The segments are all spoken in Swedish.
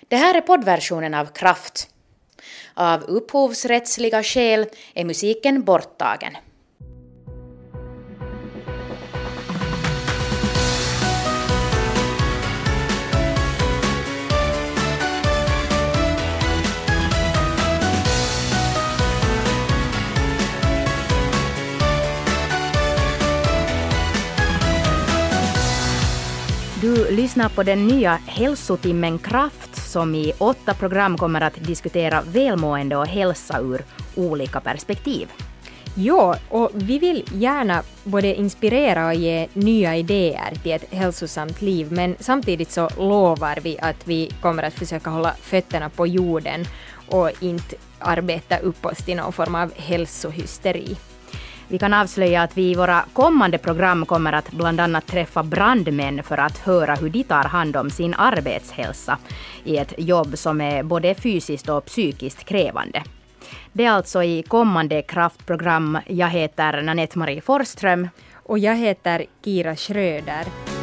Det här är poddversionen av Kraft. Av upphovsrättsliga skäl är musiken borttagen. Du lyssnar på den nya hälsotimmen Kraft som i 8 program kommer att diskutera välmående och hälsa ur olika perspektiv. Ja, och vi vill gärna både inspirera och ge nya idéer till ett hälsosamt liv, men samtidigt så lovar vi att vi kommer att försöka hålla fötterna på jorden och inte arbeta upp oss till någon form av hälsohysteri. Vi kan avslöja att vi i våra kommande program kommer att bland annat träffa brandmän för att höra hur de tar hand om sin arbetshälsa i ett jobb som är både fysiskt och psykiskt krävande. Det är alltså i kommande kraftprogram. Jag heter Nanette Marie Forsström. Och jag heter Kira Schröder.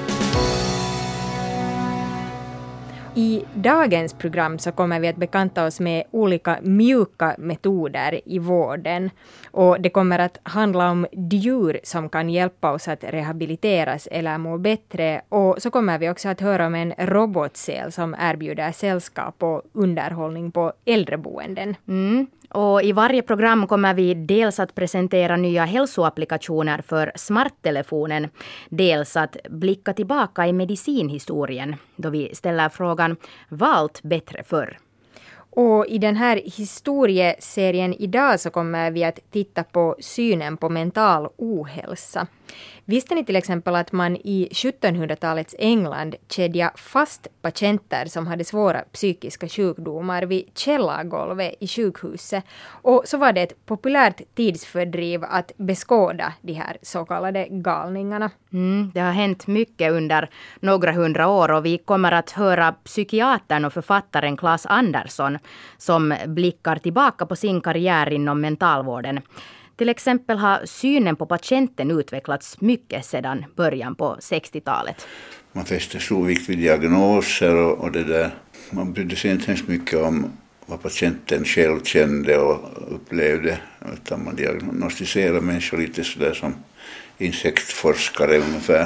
I dagens program så kommer vi att bekanta oss med olika mjuka metoder i vården. Och det kommer att handla om djur som kan hjälpa oss att rehabiliteras eller må bättre. Och så kommer vi också att höra om en robotsäl som erbjuder sällskap och underhållning på äldreboenden. Och i varje program kommer vi dels att presentera nya hälsoapplikationer för smarttelefonen, dels att blicka tillbaka i medicinhistorien då vi ställer frågan "Var allt bättre förr?" Och i den här historieserien idag så kommer vi att titta på synen på mental ohälsa. Visste ni till exempel att man i 1700-talets England kedjade fast patienter som hade svåra psykiska sjukdomar vid källargolvet i sjukhuset? Och så var det ett populärt tidsfördriv att beskåda de här så kallade galningarna. Det har hänt mycket under några 100 år och vi kommer att höra psykiatern och författaren Claes Andersson som blickar tillbaka på sin karriär inom mentalvården. Till exempel har synen på patienten utvecklats mycket sedan början på 60-talet. Man fäster stor vikt vid diagnoser och det där. Man brydde sig inte hemskt mycket om vad patienten själv kände och upplevde. Utan man diagnostiserar människor lite sådär som insektforskare ungefär.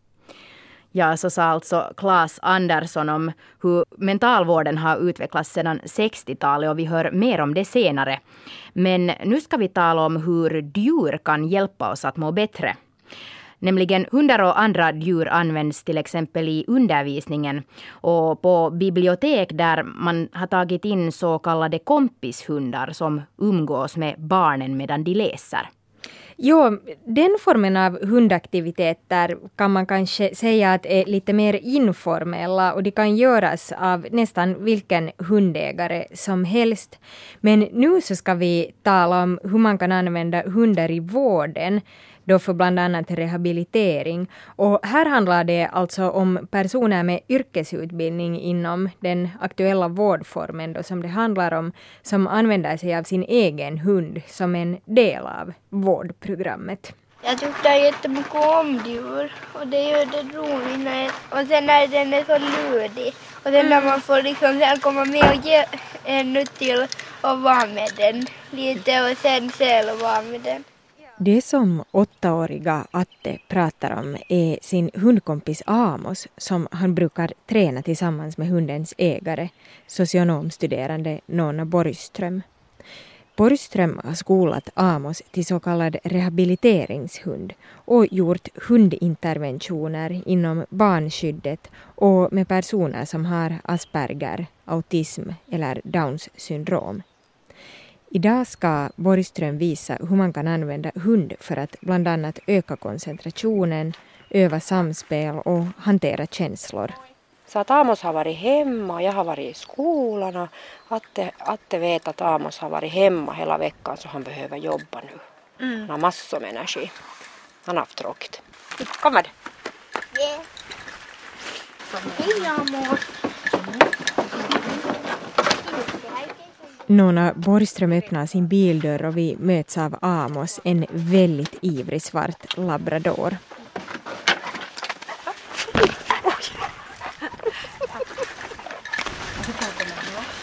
Ja, så sa alltså Claes Andersson om hur mentalvården har utvecklats sedan 60-talet och vi hör mer om det senare. Men nu ska vi tala om hur djur kan hjälpa oss att må bättre. Nämligen hundar och andra djur används till exempel i undervisningen och på bibliotek där man har tagit in så kallade kompishundar som umgås med barnen medan de läser. Jo, den formen av hundaktiviteter kan man kanske säga att är lite mer informella och det kan göras av nästan vilken hundägare som helst. Men nu så ska vi tala om hur man kan använda hundar i vården, då för bland annat rehabilitering. Och här handlar det alltså om personer med yrkesutbildning inom den aktuella vårdformen då som det handlar om, som använder sig av sin egen hund som en del av vårdprogrammet. Jag tyckte jättemycket om djur och det gör det roligt och sen när den är så ludig och sen när man får liksom sen komma med och ge ännu till och vara med den lite och sen själv vara med den. Det som 8-åriga Atte pratar om är sin hundkompis Amos som han brukar träna tillsammans med hundens ägare, socionomstuderande Nonna Borgström. Borgström har skolat Amos till så kallad rehabiliteringshund och gjort hundinterventioner inom barnskyddet och med personer som har Asperger, autism eller Downs syndrom. Idag ska Borgström visa hur man kan använda hund för att bland annat öka koncentrationen, öva samspel och hantera känslor. Så att Amos har varit hemma och jag har varit i skolan och Atte vet att Amos har varit hemma hela veckan så han behöver jobba nu. Han har massor med energi. Han har haft tråkigt. Kommer det? Yeah. Hej Amos! Nonna Borgström öppnar sin bildörr och vi möts av Amos, en väldigt ivrig svart labrador.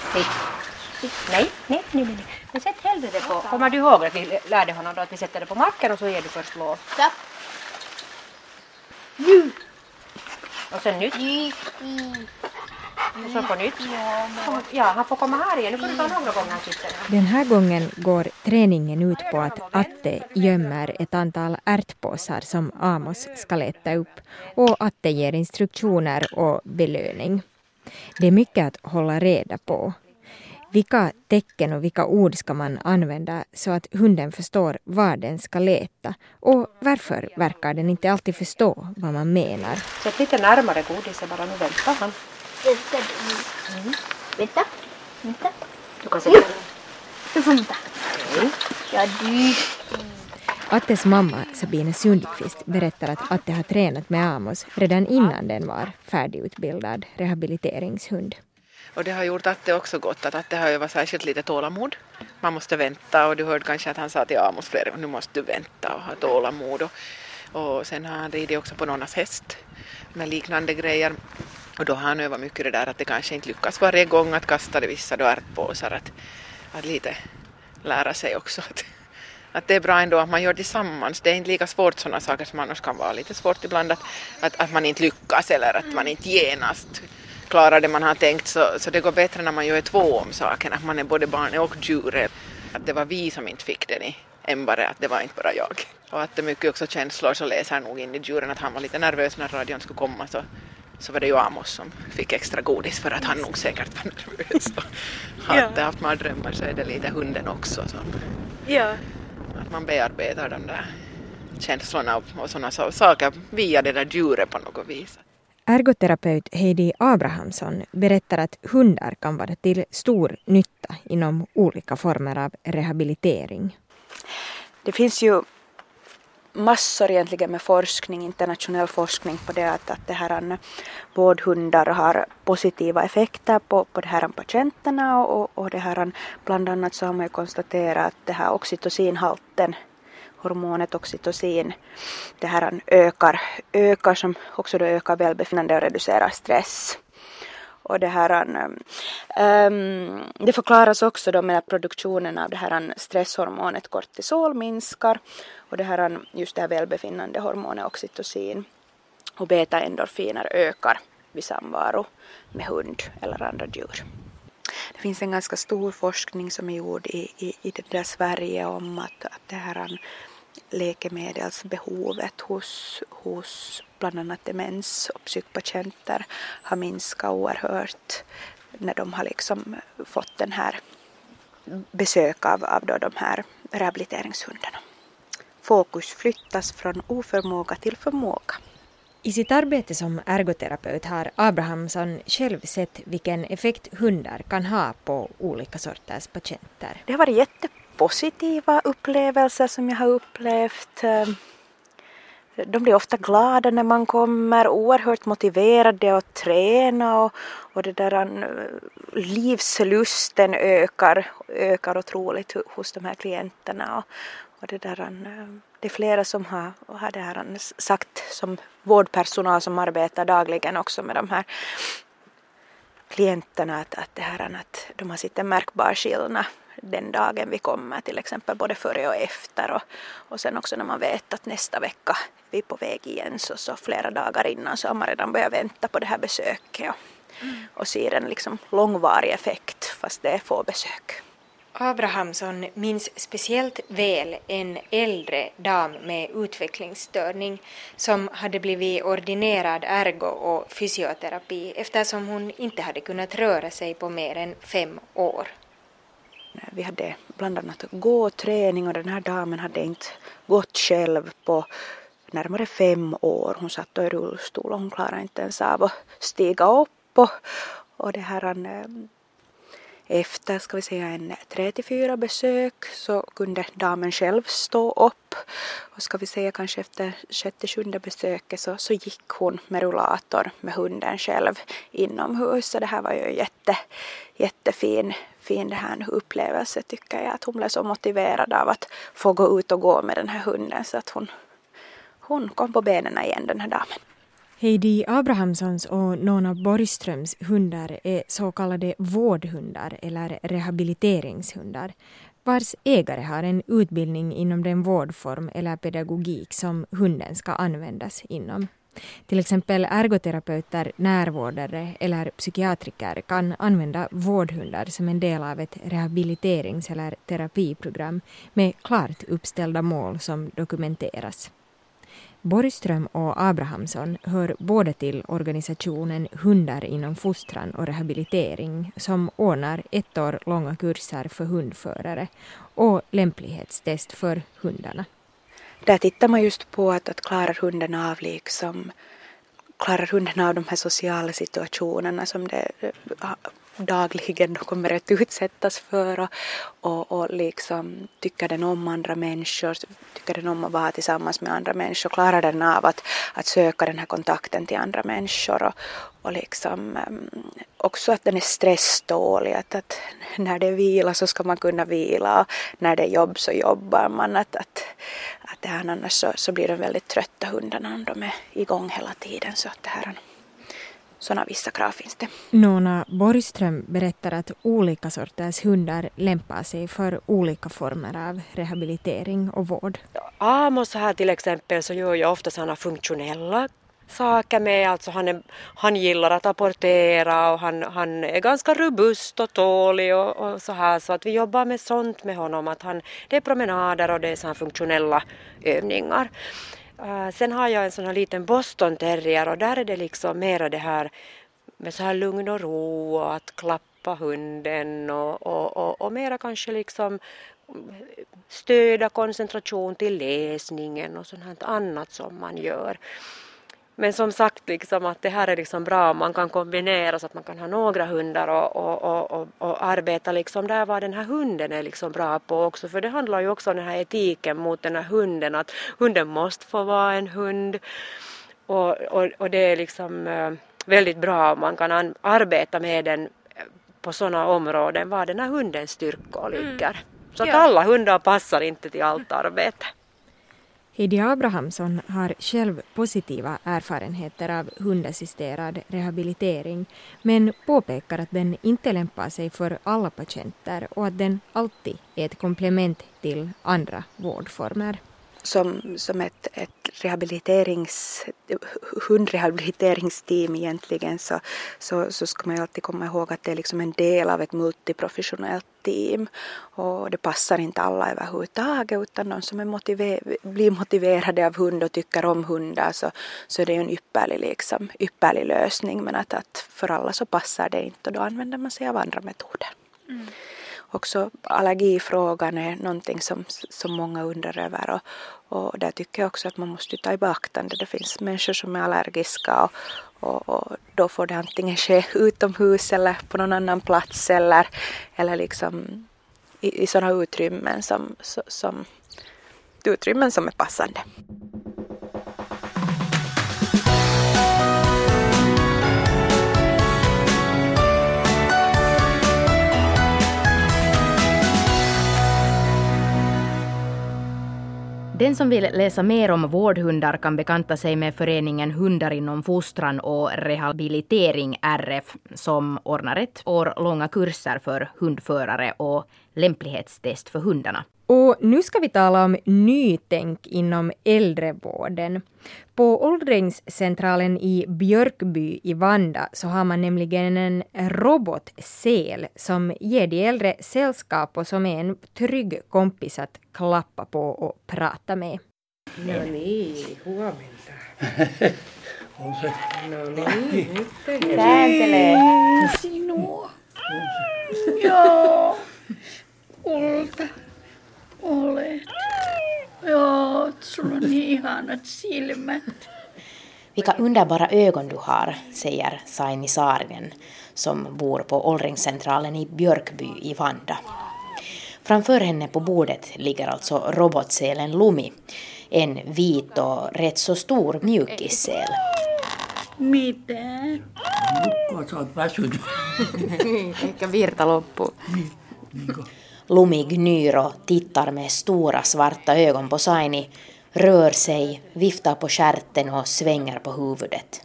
Sitt. Nej. Men sätt hellre det på. Kommer du ihåg att vi lärde honom då att vi sätter det på marken och så ger du först lov? Ja. Nu. Och sen nytt. Och så på nytt. Ja, han får komma här igen. Nu får du ta några gånger han sitter här. Den här gången går träningen ut på att Atte gömmer ett antal ärtpåsar som Amos ska leta upp och Atte ger instruktioner och belöning. Det är mycket att hålla reda på. Vilka tecken och vilka ord ska man använda så att hunden förstår vad den ska leta och varför verkar den inte alltid förstå vad man menar. Sätt lite närmare godiset bara, nu väntar han. Vänta. Du kan sätta Vänta. Ja, du. Attes mamma Sabine Sundqvist berättar att Atte har tränat med Amos redan innan den var färdigutbildad rehabiliteringshund. Och det har gjort att det också gått att det har ju varit särskilt lite tålamod. Man måste vänta och du hörde kanske att han sa till Amos flera gånger, nu måste du vänta och ha tålamod. Och sen har han ridit också på någons häst med liknande grejer. Och då har han övat mycket det där att det kanske inte lyckas varje gång att kasta det vissa ärtpåsar. Att lite lära sig också att det är bra ändå att man gör tillsammans. Det är inte lika svårt sådana saker som annars kan vara lite svårt ibland. Att man inte lyckas eller att man inte genast klarar det man har tänkt. Så det går bättre när man gör två om saken. Att man är både barn och djur. Att det var vi som inte fick den än bara att det var inte bara jag. Och att det är mycket också känslor så läser nog in i djuren att han var lite nervös när radion skulle komma så var det ju Amos som fick extra godis för att han nog säkert var nervös. Hade haft mardrömmar så är det lite hunden också. Att man bearbetar de där känslorna och sådana saker via det där djuret på något vis. Ergoterapeut Heidi Abrahamsson berättar att hundar kan vara till stor nytta inom olika former av rehabilitering. Det finns ju massor egentligen med forskning, internationell forskning på det att det här vårdhundar har positiva effekter på det här patienterna och det här bland annat så har man ju konstaterat att det här oxytocinhalten, hormonet oxytocin, det här ökar som också då ökar välbefinnande och reducerar stress. Och det här det förklaras också då med att produktionen av det här stresshormonet kortisol minskar och det här just det här välbefinnande hormonet oxytocin och beta-endorfiner ökar vid samvaro med hund eller andra djur. Det finns en ganska stor forskning som är gjord i det där Sverige om att det här läkemedelsbehovet hos bland annat demens- och psykpatienter har minskat oerhört när de har liksom fått den här besök av då de här rehabiliteringshundarna. Fokus flyttas från oförmåga till förmåga. I sitt arbete som ergoterapeut har Abrahamsson själv sett vilken effekt hundar kan ha på olika sorters patienter. Det har varit jättepositiva upplevelser som jag har upplevt. De blir ofta glada när man kommer, oerhört motiverade att träna och det där livslusten ökar otroligt hos de här klienterna. Och det är flera som har det här sagt som vårdpersonal som arbetar dagligen också med de här klienterna att de har sett en märkbar skillnad den dagen vi kommer till exempel både före och efter och sen också när man vet att nästa vecka vi är på väg igen så flera dagar innan så har man redan börjat vänta på det här besöket och ser en liksom långvarig effekt fast det är få besök. Abrahamsson minns speciellt väl en äldre dam med utvecklingsstörning som hade blivit ordinerad ergo- och fysioterapi eftersom hon inte hade kunnat röra sig på mer än 5 år. Vi hade bland annat gåträning och den här damen hade inte gått själv på närmare 5 år. Hon satt då i rullstol och hon klarade inte ens av att stiga upp och det här efter en 3-4 besök så kunde damen själv stå upp och kanske efter 6-7 besöket så gick hon med rullator med hunden själv inomhus. Så det här var ju jättefin det här upplevelse tycker jag, att hon blev så motiverad av att få gå ut och gå med den här hunden så att hon kom på benen igen den här damen. Heidi Abrahamssons och Nona Borgströms hundar är så kallade vårdhundar eller rehabiliteringshundar, vars ägare har en utbildning inom den vårdform eller pedagogik som hunden ska användas inom. Till exempel ergoterapeuter, närvårdare eller psykiatriker kan använda vårdhundar som en del av ett rehabiliterings- eller terapiprogram med klart uppställda mål som dokumenteras. Borgström och Abrahamsson hör båda till organisationen Hundar inom fostran och rehabilitering som ordnar 1 år långa kurser för hundförare och lämplighetstest för hundarna. Där tittar man just på att klarar hunden av de här sociala situationerna som det dagligen kommer att utsättas för och liksom tycker den om andra människor, tycker den om att vara tillsammans med andra människor, klarar den av att söka den här kontakten till andra människor och liksom också att den är stresstålig, att när det är vila så ska man kunna vila och när det är jobb så jobbar man, att det här annars så blir de väldigt trötta hundarna om de är igång hela tiden, så att det här sådana vissa krav finns det. Nona Borgström berättar att olika sorters hundar lämpar sig för olika former av rehabilitering och vård. Amos här till exempel så gör jag ofta sådana funktionella saker med, alltså han gillar att apportera och han är ganska robust och tålig och så här, så att vi jobbar med sånt med honom, att det är promenader och det är sådana funktionella övningar. Sen har jag en sån här liten Boston terrier och där är det liksom mera det här med så här lugn och ro och att klappa hunden och mera kanske liksom stöda koncentration till läsningen och sånt här annat som man gör. Men som sagt liksom att det här är liksom bra, man kan kombinera så att man kan ha några hundar och arbeta liksom där vad den här hunden är liksom bra på också. För det handlar ju också om den här etiken mot den här hunden, att hunden måste få vara en hund och det är liksom väldigt bra om man kan arbeta med den på sådana områden var den här hundens styrkor ligger. Så att alla hundar passar inte till allt arbete. Heidi Abrahamsson har själv positiva erfarenheter av hundassisterad rehabilitering men påpekar att den inte lämpar sig för alla patienter och att den alltid är ett komplement till andra vårdformer. Som ett hundrehabiliteringsteam egentligen så ska man ju alltid komma ihåg att det är liksom en del av ett multiprofessionellt team och det passar inte alla överhuvudtaget, utan de som blir motiverade av hund och tycker om hundar så är det ju en ypperlig lösning, men att för alla så passar det inte och då använder man sig av andra metoder. Också allergifrågan är någonting som många undrar över och där tycker jag också att man måste ta i beaktande. Det finns människor som är allergiska och då får det antingen ske utomhus eller på någon annan plats eller liksom i sådana utrymmen som är passande. Den som vill läsa mer om vårdhundar kan bekanta sig med föreningen Hundar inom fostran och rehabilitering RF som ordnar 1 år långa kurser för hundförare och lämplighetstest för hundarna. Och nu ska vi tala om nytänk inom äldrevården. På åldringscentralen i Björkby i Vanda så har man nämligen en robotsel som ger de äldre sällskap och som är en trygg kompis att klappa på och prata med. No niin, huomenta. Sääntelee. Sinua. Joo. Kulta. Olet. Joo, sulla on niin ihanat silmät. Vilka underbara ögon du har, säger Saini Saarinen som bor på åldringscentralen i Björkby i Vanda. Framför henne på bordet ligger alltså robotselen Lumi, en vit och rätt så stor mjukissel. Mitä? Sä oot väsynyt. Ehkä virta loppuu. Lumi gnyr och tittar med stora svarta ögon på Saini, rör sig, viftar på skärten och svänger på huvudet.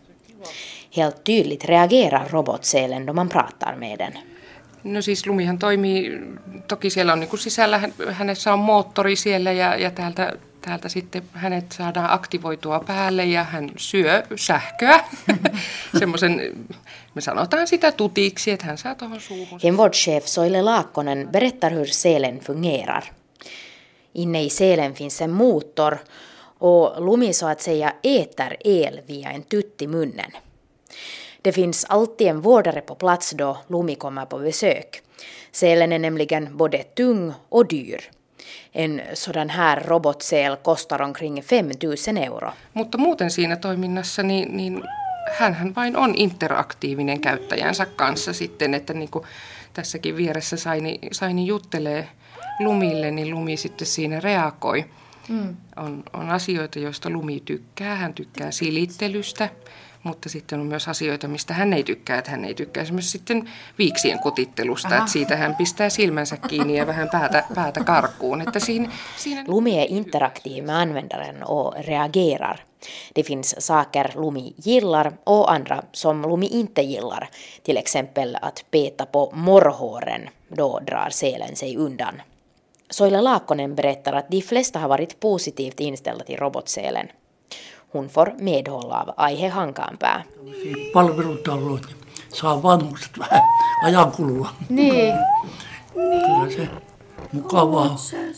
Helt tydligt reagerar robotsälen då man pratar med den. No siis Lumihan toimii, toki siellä on niin kuin sisällä, hänessä on moottori siellä ja täältä sitten hänet saadaan aktivoitua päälle ja hän syö sähköä. Semmoisen, me sanotaan sitä tutiksi, että hän saa tuohon suuhun. Hemvårdschef Soile Laakkonen berättar hur selen fungerar. Inne i selen finns en motor och Lumi så att säga äter el via en tutt i munnen. Det finns alltid en vårdare på plats då Lumi kommer på besök. Selen är nämligen både tung och dyr. En sådan här robotsel kostar omkring 5 000 €. Mutta muuten siinä toiminnassa niin hänhän vain on interaktiivinen käyttäjänsä kanssa sitten, että niin kuin tässäkin vieressä Saini juttelee Lumille, niin Lumi sitten siinä reagoi. On asioita, joista Lumi tykkää. Hän tykkää silittelystä, mutta sitten on myös asioita, mistä hän ei tykkää. Että hän ei tykkää esimerkiksi sitten viiksien kotittelusta, että siitä hän pistää silmänsä kiinni ja vähän päätä karkuun. Että siinä... Lumi är interaktiv med användaren och reagerar. Det finns saker Lumi gillar och andra som Lumi inte gillar. Till exempel att peta på morrhåren, då drar selen sig undan. Soile Laakkonen berättar att de flesta har varit positivt inställda till robotselen. Hon får medhåll av Aihe Hankaanpää. Palvelutalot saa vanhukset vähän ajankulua. Niin. Kyllä se mukavaa.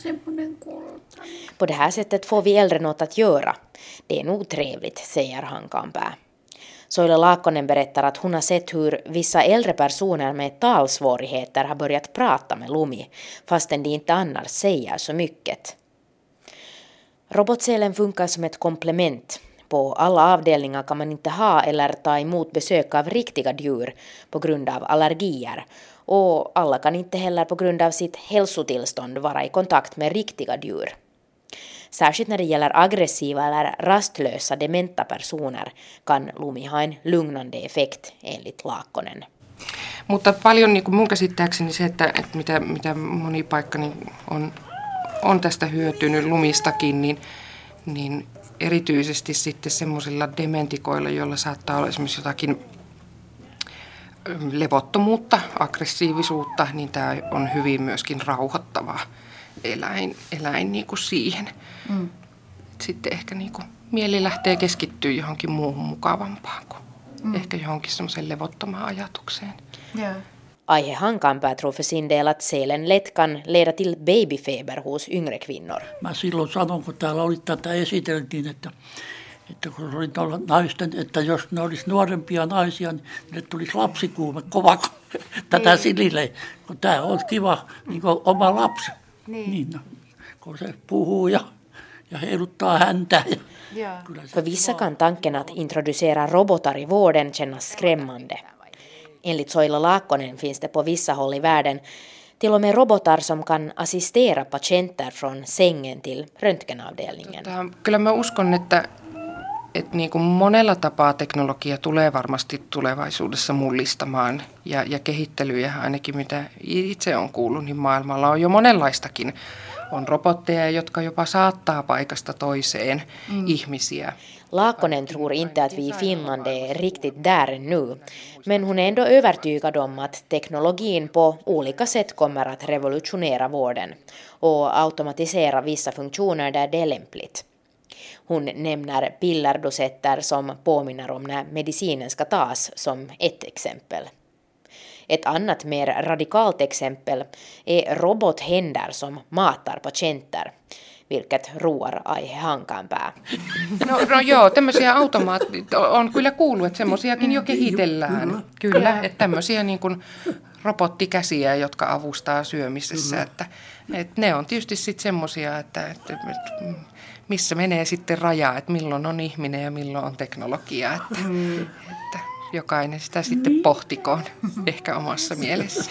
På det här sättet får vi äldre något att göra. Det är nog trevligt, säger Hankaanpää. Soile Laakkonen berättar att hon har sett hur vissa äldre personer med talsvårigheter har börjat prata med Lumi, fastän de inte annars säger så mycket. Robotselen funkar som ett komplement. På alla avdelningar kan man inte ha eller ta emot besök av riktiga djur på grund av allergier. Och alla kan inte heller på grund av sitt hälsotillstånd vara i kontakt med riktiga djur. Särskilt när det gäller aggressiva eller rastlösa dementa personer kan Lumi ha en lugnande effekt enligt Laakkonen. Mutta paljon niin kuin mun käsittääkseni se, että mitä moni paikka niin on tästä hyötynyt Lumistakin, niin erityisesti sitten semmoisilla dementikoilla, joilla saattaa olla esimerkiksi jotakin levottomuutta, aggressiivisuutta, niin tämä on hyvin myöskin rauhoittava eläin niin kuin siihen. Sitten ehkä niin kuin mieli lähtee keskittyä johonkin muuhun mukavampaan kuin ehkä johonkin semmoiseen levottomaan ajatukseen. Yeah. Aihe Hankaanpää tror för sin del att selen lätt kan leda till babyfeber hos yngre kvinnor. Mä silloin sanon, kun täällä oli tätä esiteltiin, että kun oli naisten, että jos ne olisi nuorempia naisia, niin ne tulisi lapsikuume kova tätä silille, kun tämä on kiva niin kuin oma lapsi. Niin, no, kun se puhuu ja heiluttaa häntä. För vissa kan tanken att introducera robotar i vården kännas skrämmande. Enligt Soile Laakkonen finns det på vissa håll i världen till och med robotar som kan assistera patienter från sängen till röntgenavdelningen. Kyllä mä uskon, että niin kuin monella tapaa teknologia tulee varmasti tulevaisuudessa mullistamaan ja kehittelyjä ainakin mitä itse on kuullut, niin maailmalla on jo monenlaistakin. On robotteja, jotka jopa saattaa paikasta toiseen ihmisiä. Laakkonen tror inte att vi i Finland är riktigt där ännu, men hon är ändå övertygad om att teknologin på olika sätt kommer att revolutionera vården och automatisera vissa funktioner där det är lämpligt. Hon nämner pillerdosetter som påminner om när medicinen ska tas som ett exempel. Ett annat mer radikalt exempel är robothänder som matar patienter, vilket roar Aihe Hankaanpää. No joo, tämmöisiä on kyllä kuullut, että semmoisiakin jo kehitellään. Kyllä, että tämmöisiä niin kuin robottikäsiä, jotka avustaa syömisessä, että ne on tietysti sitten semmoisia, että missä menee sitten raja, että milloin on ihminen ja milloin on teknologia, että jokainen sitä sitten pohtikoon ehkä omassa mielessä.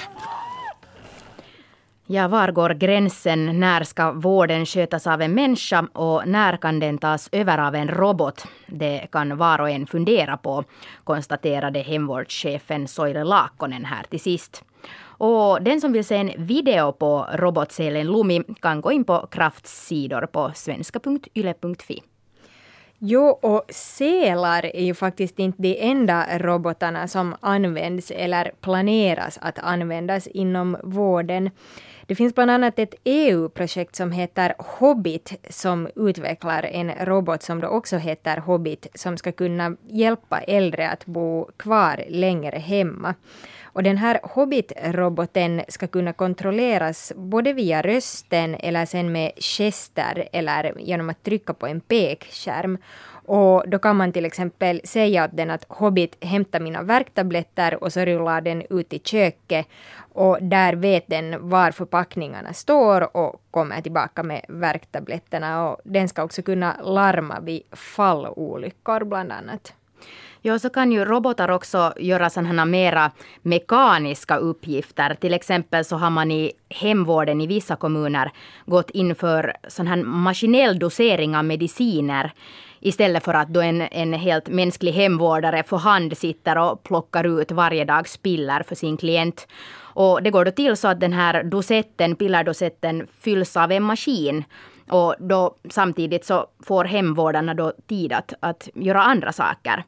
Ja var går gränsen? När ska vården skötas av en människa och när kan den tas över av en robot? Det kan var och en fundera på, konstaterade hemvårdschefen Soile Laakkonen här till sist. Och den som vill se en video på robotselen Lumi kan gå in på Krafts sidor på svenska.yle.fi. Jo, och sälar är ju faktiskt inte de enda robotarna som används eller planeras att användas inom vården. Det finns bland annat ett EU-projekt som heter Hobbit som utvecklar en robot som då också heter Hobbit som ska kunna hjälpa äldre att bo kvar längre hemma. Och den här Hobbit-roboten ska kunna kontrolleras både via rösten eller sen med gester eller genom att trycka på en pekskärm. Och då kan man till exempel säga åt den att Hobbit hämtar mina värktabletter och så rullar den ut i köket. Och där vet den var förpackningarna står och kommer tillbaka med värktabletterna. Och den ska också kunna larma vid fallolyckor bland annat. Ja, så kan ju robotar också göra sådana mera mekaniska uppgifter. Till exempel så har man i hemvården i vissa kommuner gått in för sån här maskinell dosering av mediciner. Istället för att då en helt mänsklig hemvårdare för hand sitter och plockar ut varje dags piller för sin klient. Och det går då till så att den här pillerdosetten fylls av en maskin. Och då samtidigt så får hemvårdarna då tid att göra andra saker.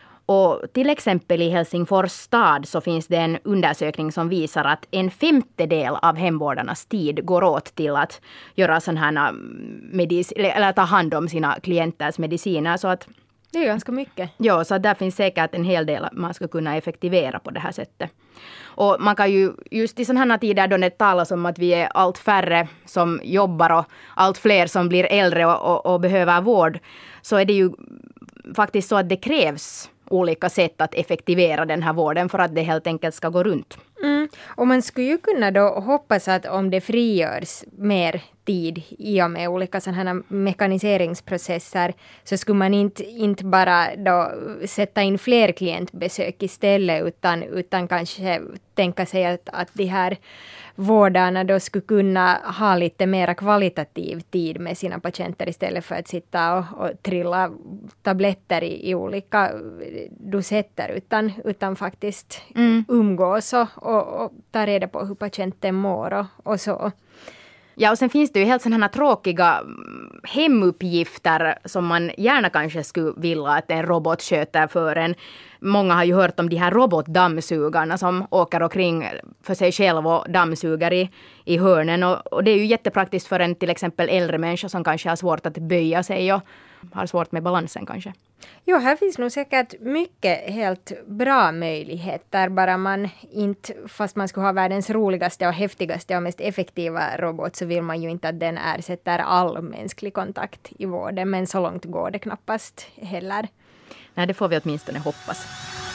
Och till exempel i Helsingfors stad så finns det en undersökning som visar att 1/5 av hemvårdarnas tid går åt till att göra sån här eller ta hand om sina klienters mediciner. Så att, det är ganska mycket. Ja, så där finns säkert en hel del man ska kunna effektivera på det här sättet. Och man kan ju just i sådana här tider då det talas om att vi är allt färre som jobbar och allt fler som blir äldre och behöver vård, så är det ju faktiskt så att det krävs olika sätt att effektivera den här vården för att det helt enkelt ska gå runt. Och man skulle ju kunna då hoppas att om det frigörs mer tid i och med olika sådana här mekaniseringsprocesser så skulle man inte bara då sätta in fler klientbesök istället utan kanske tänka sig att de här vårdarna då skulle kunna ha lite mer kvalitativ tid med sina patienter istället för att sitta och trilla tabletter i olika dosetter utan faktiskt umgås och ta reda på hur patienten mår och så. Ja, och sen finns det ju helt sådana tråkiga hemuppgifter som man gärna kanske skulle vilja att en robot sköter för en. Många har ju hört om de här robotdammsugarna som åker omkring för sig själv och dammsuger i hörnen. Och det är ju jättepraktiskt för en till exempel äldre människa som kanske har svårt att böja sig och har svårt med balansen kanske. Jo, här finns nog säkert mycket helt bra möjligheter, bara man inte, fast man skulle ha världens roligaste och häftigaste och mest effektiva robot så vill man ju inte att den ersätter all mänsklig kontakt i vården, men så långt går det knappast heller. Nej, det får vi åtminstone hoppas.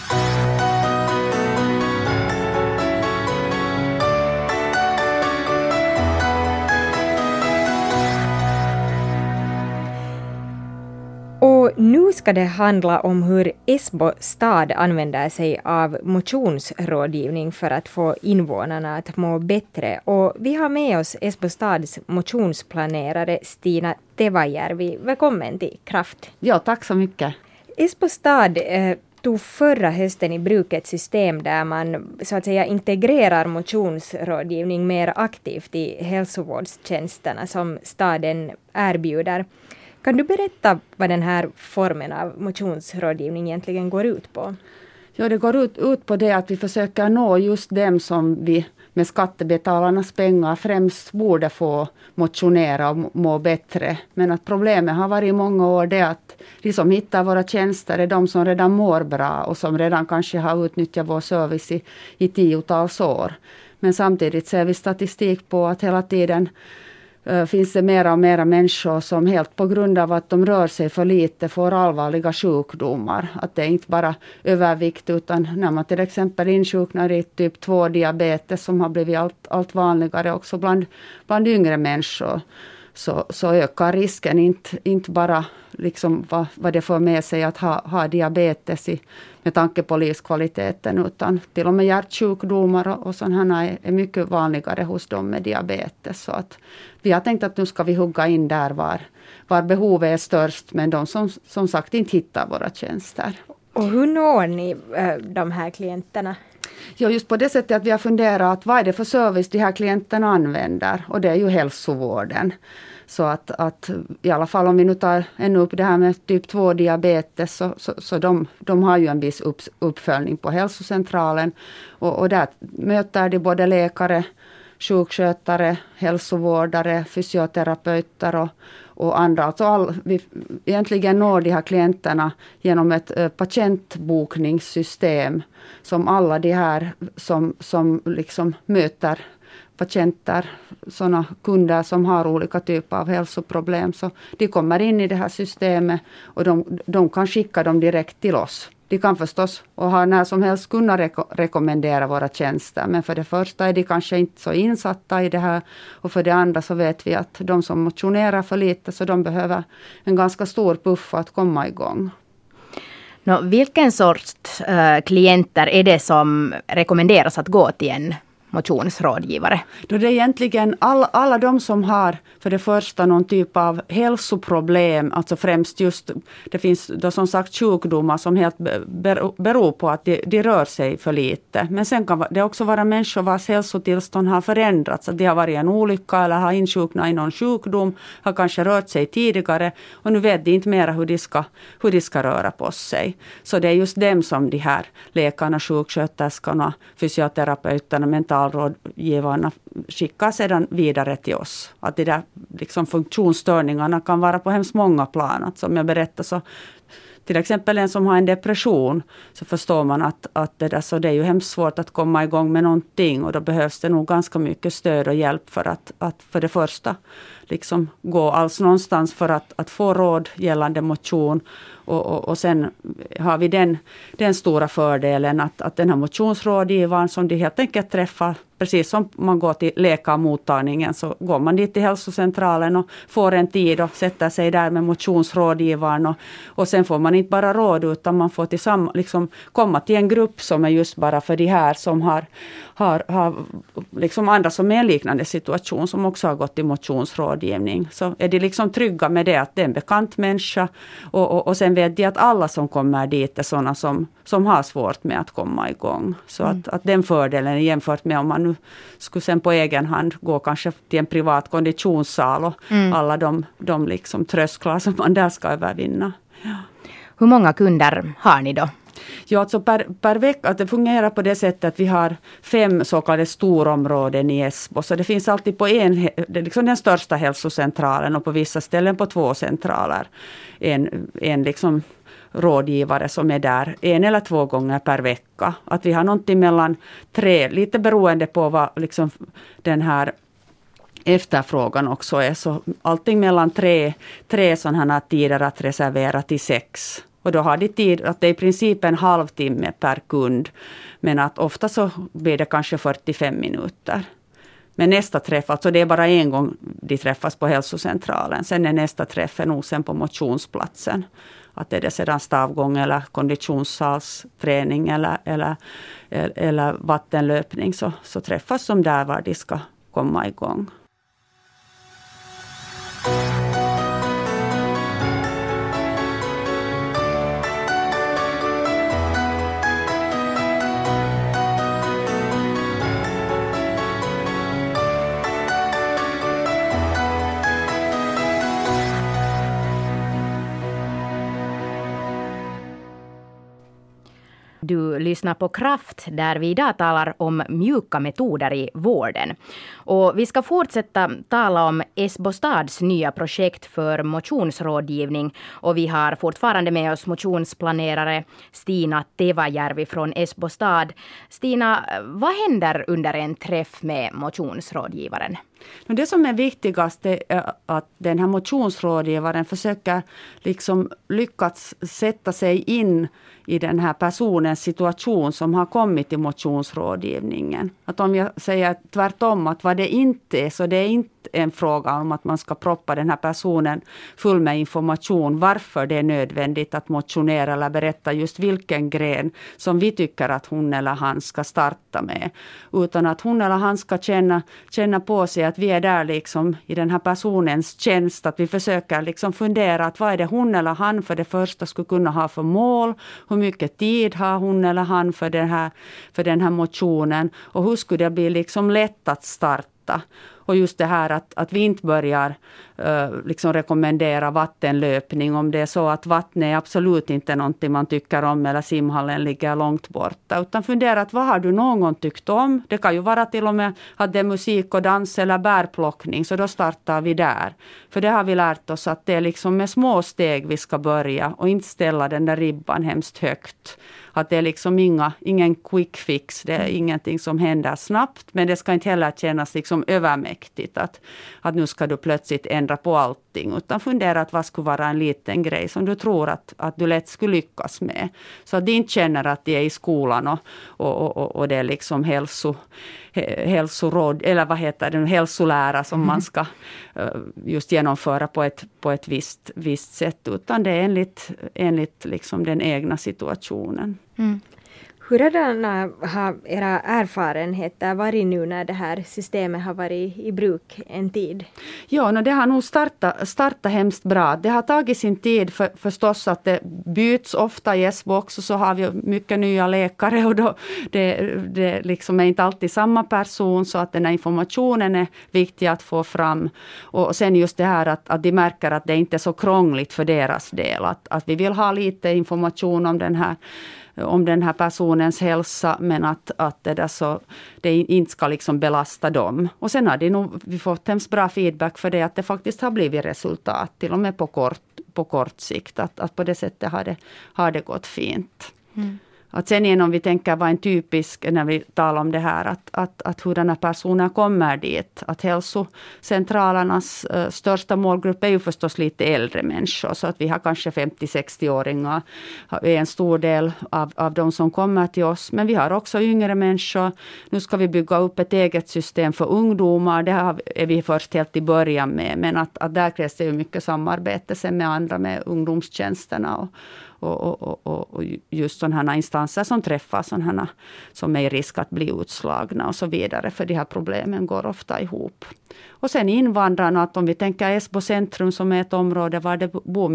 Och nu ska det handla om hur Esbo stad använder sig av motionsrådgivning för att få invånarna att må bättre. Och vi har med oss Esbo stads motionsplanerare Stina Tevajärvi. Välkommen till Kraft. Ja, tack så mycket. Esbo stad tog förra hösten i bruk ett system där man så att säga integrerar motionsrådgivning mer aktivt i hälsovårdstjänsterna som staden erbjuder. Kan du berätta vad den här formen av motionsrådgivning egentligen går ut på? Ja, det går ut på det att vi försöker nå just dem som vi med skattebetalarnas pengar främst borde få motionera och må bättre. Men att problemet har varit i många år det att de som hittar våra tjänster är de som redan mår bra och som redan kanske har utnyttjat vår service i 10-tals år. Men samtidigt ser vi statistik på att hela tiden finns det mera och mera människor som helt på grund av att de rör sig för lite får allvarliga sjukdomar. Att det är inte bara övervikt utan när man till exempel insjuknar i typ 2-diabetes som har blivit allt vanligare också bland yngre människor. Så ökar risken inte bara liksom vad det får med sig att ha diabetes med tanke på livskvaliteten utan till och med hjärtsjukdomar och sådana är mycket vanligare hos dem med diabetes. Så att vi har tänkt att nu ska vi hugga in där var behovet är störst men de som sagt inte hittar våra tjänster. Och hur når ni de här klienterna? Ja, just på det sättet att vi har funderat vad är det för service de här klienterna använder, och det är ju hälsovården. Så att i alla fall om vi nu tar ännu upp det här med typ 2 diabetes så de har ju en viss uppföljning på hälsocentralen och där möter de både läkare, sjukskötare, hälsovårdare, fysioterapeuter och andra. Alltså vi egentligen når de här klienterna genom ett patientbokningssystem som alla de här som liksom möter patienter, sådana kunder som har olika typer av hälsoproblem. Så de kommer in i det här systemet och de kan skicka dem direkt till oss. De kan förstås och har när som helst kunna rekommendera våra tjänster. Men för det första är de kanske inte så insatta i det här. Och för det andra så vet vi att de som motionerar för lite så de behöver en ganska stor puff för att komma igång. Vilken sorts klienter är det som rekommenderas att gå till en motionsrådgivare? Då det är egentligen alla de som har för det första någon typ av hälsoproblem, alltså främst just, det finns då som sagt sjukdomar som helt beror på att de rör sig för lite. Men sen kan det också vara människor vars hälsotillstånd har förändrats, att de har varit en olycka eller har insjuknat i någon sjukdom, har kanske rört sig tidigare och nu vet de inte mer hur de ska röra på sig. Så det är just dem som de här läkarna, sjuksköterskorna, fysioterapeuterna, mentalrådgivarna skickar sedan vidare till oss. Att de där liksom funktionsstörningarna kan vara på hemskt många plan. Att som jag berättade så till exempel en som har en depression så förstår man att det där, så det är ju hemskt svårt att komma igång med någonting och då behövs det nog ganska mycket stöd och hjälp för att för det första liksom gå alls någonstans för att få råd gällande motion. Och sen har vi den stora fördelen att den här motionsrådgivaren som de helt enkelt träffar, precis som man går till läkarmottagningen så går man dit till hälsocentralen och får en tid och sätter sig där med motionsrådgivaren och sen får man inte bara råd utan man får liksom komma till en grupp som är just bara för de här som har liksom andra som är i en liknande situation som också har gått i motionsrådgivning. Så är de liksom trygga med det att det är en bekant människa och sen vet de att alla som kommer dit är sådana som har svårt med att komma igång. Så att den fördelen är jämfört med om man nu skulle sen på egen hand gå kanske till en privat konditionssal och alla de liksom trösklar som man där ska övervinna. Ja. Hur många kunder har ni då? Ja, alltså per vecka, att det fungerar på det sättet att vi har 5 så kallade storområden i Esbo. Så det finns alltid på liksom den största hälsocentralen och på vissa ställen på 2 centraler. En liksom rådgivare som är där 1 eller 2 gånger per vecka. Att vi har någonting mellan 3, lite beroende på vad liksom den här efterfrågan också är. Så allting mellan 3 sådana här tider att reservera till 6. Och då har de tid att det är i princip en halvtimme per kund. Men att ofta så blir det kanske 45 minuter. Men nästa träff, alltså det är bara en gång de träffas på hälsocentralen. Sen är nästa träff nog sen på motionsplatsen. Att är det sedan stavgång eller konditionssalsträning eller vattenlöpning så träffas de där var de ska komma igång. Du lyssnar på Kraft där vi idag talar om mjuka metoder i vården. Och vi ska fortsätta tala om Esbo stads nya projekt för motionsrådgivning. Och vi har fortfarande med oss motionsplanerare Stina Tevajärvi från Esbo stad. Stina, vad händer under en träff med motionsrådgivaren? Det som är viktigast är att den här motionsrådgivaren försöker liksom lyckas sätta sig in i den här personens situation som har kommit i motionsrådgivningen. Att om jag säger tvärtom att vad det inte är så det är inte en fråga om att man ska proppa den här personen full med information varför det är nödvändigt att motionera eller berätta just vilken gren som vi tycker att hon eller han ska starta med. Utan att hon eller han ska känna på sig att vi är där liksom i den här personens tjänst, att vi försöker liksom fundera att vad är det hon eller han för det första skulle kunna ha för mål, hur mycket tid har hon eller han för den här motionen och hur skulle det bli liksom lätt att starta. Och just det här att vi inte börjar liksom rekommendera vattenlöpning om det är så att vatten är absolut inte någonting man tycker om eller simhallen ligger långt borta. Utan fundera att vad har du någon gång tyckt om? Det kan ju vara till och med att det är musik och dans eller bärplockning, så då startar vi där. För det har vi lärt oss att det är liksom med små steg vi ska börja och inte ställa den där ribban hemskt högt. Att det är liksom ingen quick fix, det är ingenting som händer snabbt, men det ska inte heller kännas liksom övermäktigt att nu ska du plötsligt ändra på allting, utan fundera att vad skulle vara en liten grej som du tror att du lätt skulle lyckas med. Så att de inte känner att de är i skolan och det är liksom hälsoråd, eller vad heter det, hälsolära som man ska just genomföra på ett visst sätt, utan det är enligt liksom den egna situationen. Mm. Hurdana har era erfarenheter varit nu när det här systemet har varit i bruk en tid? Ja, det har nog startat hemskt bra. Det har tagit sin tid förstås att det byts ofta i Esbo också, så har vi mycket nya läkare och då det liksom är inte alltid samma person, så att den här informationen är viktig att få fram. Och sen just det här att de märker att det inte är så krångligt för deras del, att vi vill ha lite information om den här personens hälsa, men att det där så det inte ska liksom belasta dem. Och sen har vi fått hemskt bra feedback för det, att det faktiskt har blivit resultat till och med på kort sikt, att på det sättet har det gått fint. Mm. Att sen igen om vi tänker vad en typisk, när vi talar om det här, att hurdana personer kommer dit. Att hälsocentralernas största målgrupp är ju förstås lite äldre människor. Så att vi har kanske 50-60-åringar, är en stor del av de som kommer till oss. Men vi har också yngre människor. Nu ska vi bygga upp ett eget system för ungdomar. Det är vi först helt i början med. Men att där krävs det ju mycket samarbete sen med andra, med ungdomstjänsterna och just sådana instanser som träffar sådana som är i risk att bli utslagna och så vidare, för de här problemen går ofta ihop. Och sen invandrarna, att om vi tänker Esbo centrum som är ett område var det bor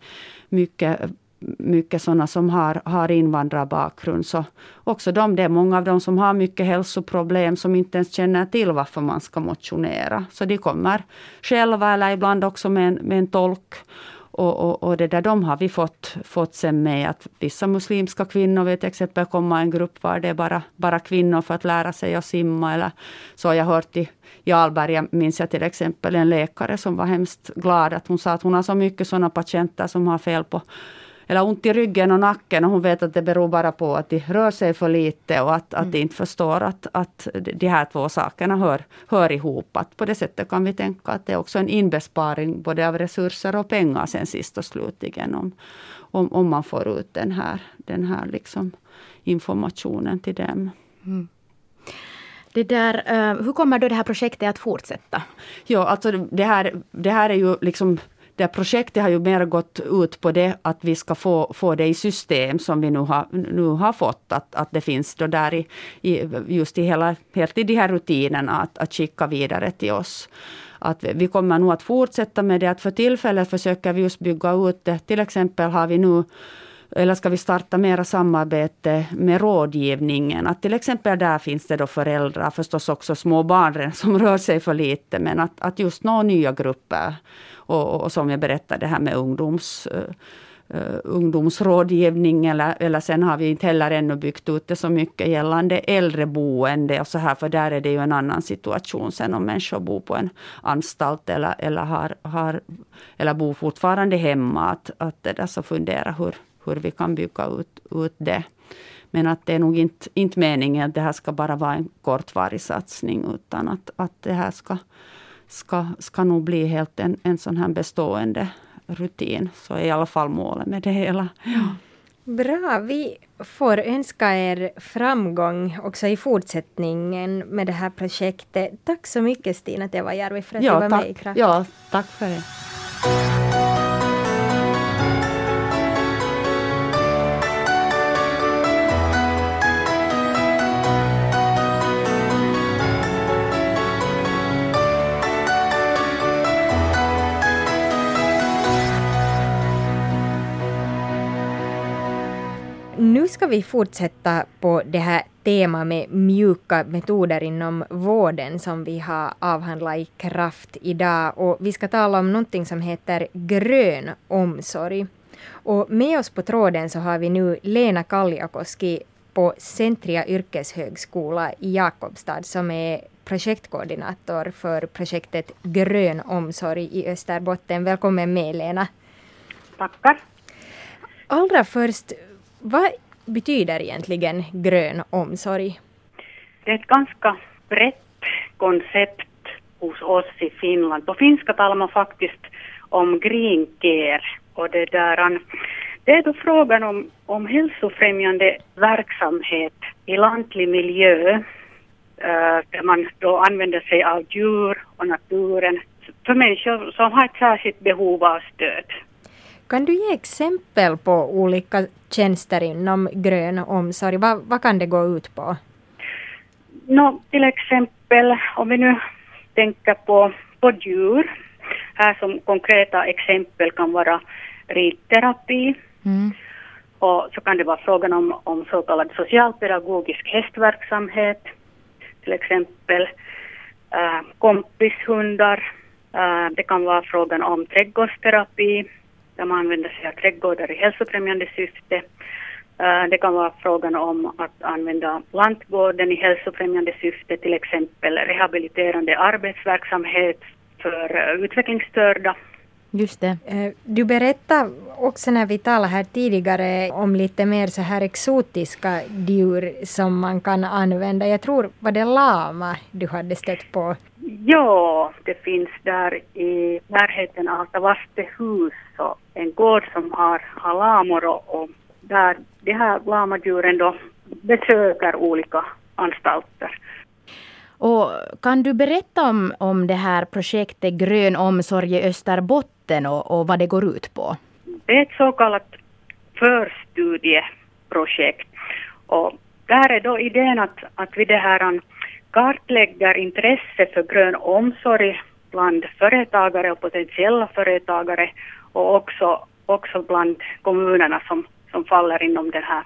mycket sådana som har invandrarbakgrund, så också det är många av dem som har mycket hälsoproblem som inte ens känner till varför man ska motionera. Så de kommer själva eller ibland också med en tolk. Och det där de har vi fått sen med att vissa muslimska kvinnor vet exempel komma en grupp var det är bara kvinnor för att lära sig att simma. Eller så har jag hört i Alberga, minns jag till exempel en läkare som var hemskt glad att hon sa att hon har så mycket sådana patienter som har fel på eller ont i ryggen och nacken, och hon vet att det beror bara på att de rör sig för lite och att de inte förstår att de här två sakerna hör ihop. Att på det sättet kan vi tänka att det är också en inbesparing både av resurser och pengar sen sist och slutligen om man får ut den här liksom informationen till dem. Mm. Hur kommer då det här projektet att fortsätta? Ja, alltså det här är ju liksom, det projektet har ju mer gått ut på det att vi ska få det i system som vi nu har fått, att det finns då där just i helt i de här rutinerna att skicka vidare till oss. Att vi kommer nog att fortsätta med det, att för tillfället försöker vi just bygga ut det. Till exempel har vi nu, eller ska vi starta mera samarbete med rådgivningen. Att till exempel där finns det då föräldrar, förstås också små barn som rör sig för lite. Men att just nå nya grupper. Och som jag berättade, det här med ungdomsrådgivning. Eller sen har vi inte heller ännu byggt ut det så mycket gällande äldreboende och så här. För där är det ju en annan situation sen om människor bor på en anstalt eller bor fortfarande hemma. Att det där så fundera hur vi kan bygga ut det. Men att det är nog inte meningen att det här ska bara vara en kortvarig satsning, utan att det här ska nog bli helt en sån här bestående rutin. Så är i alla fall målet med det hela. Ja. Bra, vi får önska er framgång också i fortsättningen med det här projektet. Tack så mycket Stina Tevajärvi för att du var med i Kraft. Ja, tack för det. Nu ska vi fortsätta på det här temat med mjuka metoder inom vården som vi har avhandlat i Kraft idag. Och vi ska tala om någonting som heter grön omsorg. Och med oss på tråden så har vi nu Leena Kalliokoski på Centria yrkeshögskola i Jakobstad som är projektkoordinator för projektet Grön omsorg i Österbotten. Välkommen med Leena. Tackar. Allra först, vad betyder egentligen grön omsorg? Det är ett ganska brett koncept hos oss i Finland. På finska talar man faktiskt om green care. Och det är då frågan om hälsofrämjande verksamhet i lantlig miljö där man då använder sig av djur och naturen för människor som har ett särskilt behov av stöd. Kan du ge exempel på olika tjänster inom grön omsorg? Vad kan det gå ut på? Till exempel om vi nu tänker på djur. Här som konkreta exempel kan vara ridterapi. Och så kan det vara frågan om så kallad socialpedagogisk hästverksamhet. Till exempel kompishundar. Det kan vara frågan om trädgårdsterapi. Där man använder sig av trädgårdar i hälsofrämjande syfte. Det kan vara frågan om att använda lantgården i hälsofrämjande syfte, till exempel rehabiliterande arbetsverksamhet för utvecklingsstörda. Just det. Du berättade också när vi talade här tidigare om lite mer så här exotiska djur som man kan använda. Jag tror, var det lama du hade stött på? Ja, det finns där i närheten av Tavastehus och en gård som har lamor och där de här lamadjuren då besöker olika anstalter. Och kan du berätta om det här projektet Grön omsorg i Österbotten och vad det går ut på? Det är ett så kallat förstudieprojekt och där är då idén att vi det här kartlägger intresse för grön omsorg bland företagare och potentiella företagare och också bland kommunerna som faller inom den här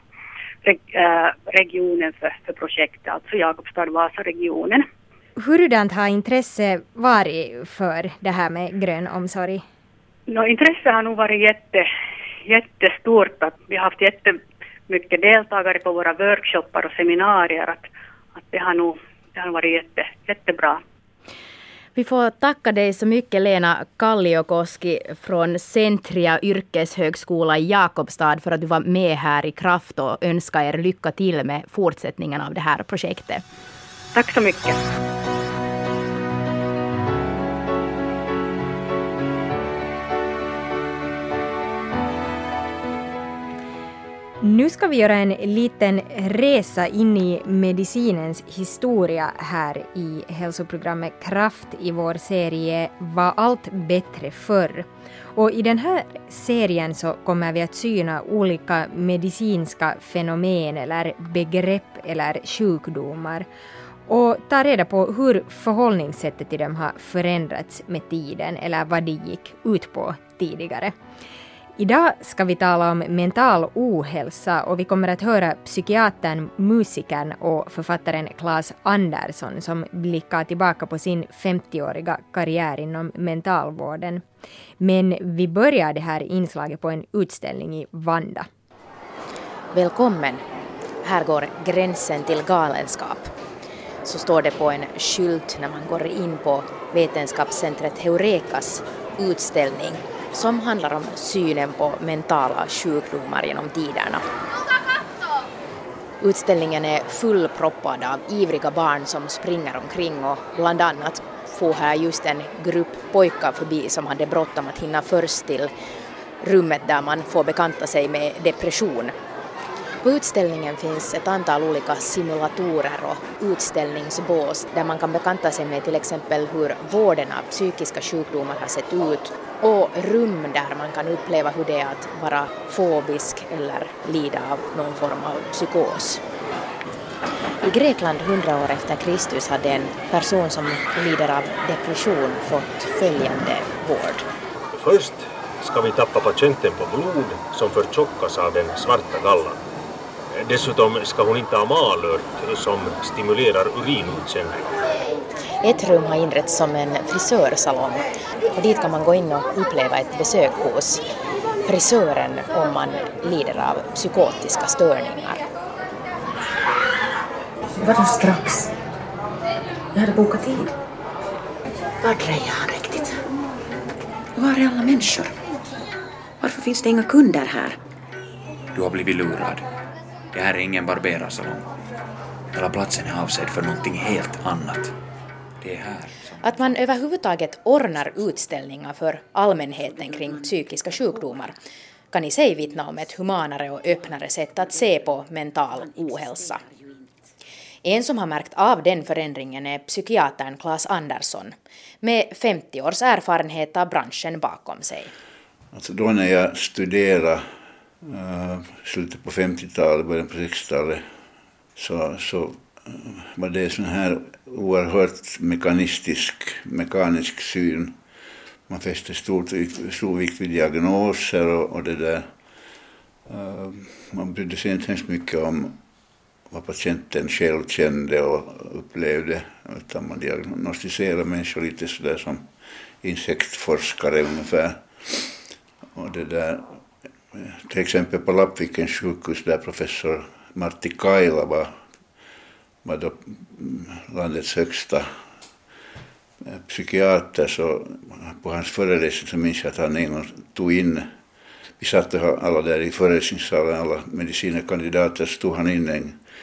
regionen för projektet, alltså Jakobstad-Vasa-regionen. Hurdant har intresse varit för det här med grön omsorg? Intresse har nog varit jättestort. Att vi har haft jättemycket deltagare på våra workshoppar och seminarier. Att det har nog varit jättebra. Vi får tacka dig så mycket Leena Kalliokoski från Centria yrkeshögskola i Jakobstad för att du var med här i Kraft och önskar er lycka till med fortsättningen av det här projektet. Tack så mycket. Nu ska vi göra en liten resa in i medicinens historia här i hälsoprogrammet Kraft i vår serie Var allt bättre förr? Och i den här serien så kommer vi att syna olika medicinska fenomen eller begrepp eller sjukdomar och ta reda på hur förhållningssättet till dem har förändrats med tiden eller vad det gick ut på tidigare. Idag ska vi tala om mental ohälsa och vi kommer att höra psykiatern, musikern och författaren Claes Andersson som blickar tillbaka på sin 50-åriga karriär inom mentalvården. Men vi börjar det här inslaget på en utställning i Vanda. Välkommen. Här går gränsen till galenskap. Så står det på en skylt när man går in på vetenskapscentret Heurekas utställning som handlar om synen på mentala sjukdomar genom tiderna. Utställningen är fullproppad av ivriga barn som springer omkring och bland annat får här just en grupp pojkar förbi som hade bråttom att hinna först till rummet där man får bekanta sig med depression. På utställningen finns ett antal olika simulatorer och utställningsbås där man kan bekanta sig med till exempel hur vården av psykiska sjukdomar har sett ut och rum där man kan uppleva hur det är att vara fobisk eller lida av någon form av psykos. I Grekland 100 år efter Kristus hade en person som lider av depression fått följande vård. Först ska vi tappa patienten på blod som förtjockas av den svarta gallan. Dessutom ska hon inte ha malört som stimulerar urinutsöndring. Ett rum har inretts som en frisörsalong och dit kan man gå in och uppleva ett besök hos frisören om man lider av psykotiska störningar. Vadå strax? Jag hade bokat tid. Var drejar han riktigt? Var är alla människor? Varför finns det inga kunder här? Du har blivit lurad. Det här är ingen barberarsalong. Hela platsen är avsedd för någonting helt annat. Det är här. Att man överhuvudtaget ordnar utställningar för allmänheten kring psykiska sjukdomar kan i sig vittna om ett humanare och öppnare sätt att se på mental ohälsa. En som har märkt av den förändringen är psykiatern Claes Andersson med 50 års erfarenhet av branschen bakom sig. Alltså då när jag studerade slutet på 50-talet, början på 60-talet så var det sån här oerhört mekanisk syn. Man fäste stor vikt vid diagnoser och det där. Man brydde sig inte hemskt mycket om vad patienten själv kände och upplevde, utan man diagnostiserade människor lite sådär som insektforskare ungefär. Och det där, till exempel på Lappvikens sjukhus där professor Martti Kaila var då landets högsta psykiater, så på hans föreläsning så minns jag att han en gång tog in, vi satt alla där i föreläsningssalen, alla medicinerkandidater, stod han in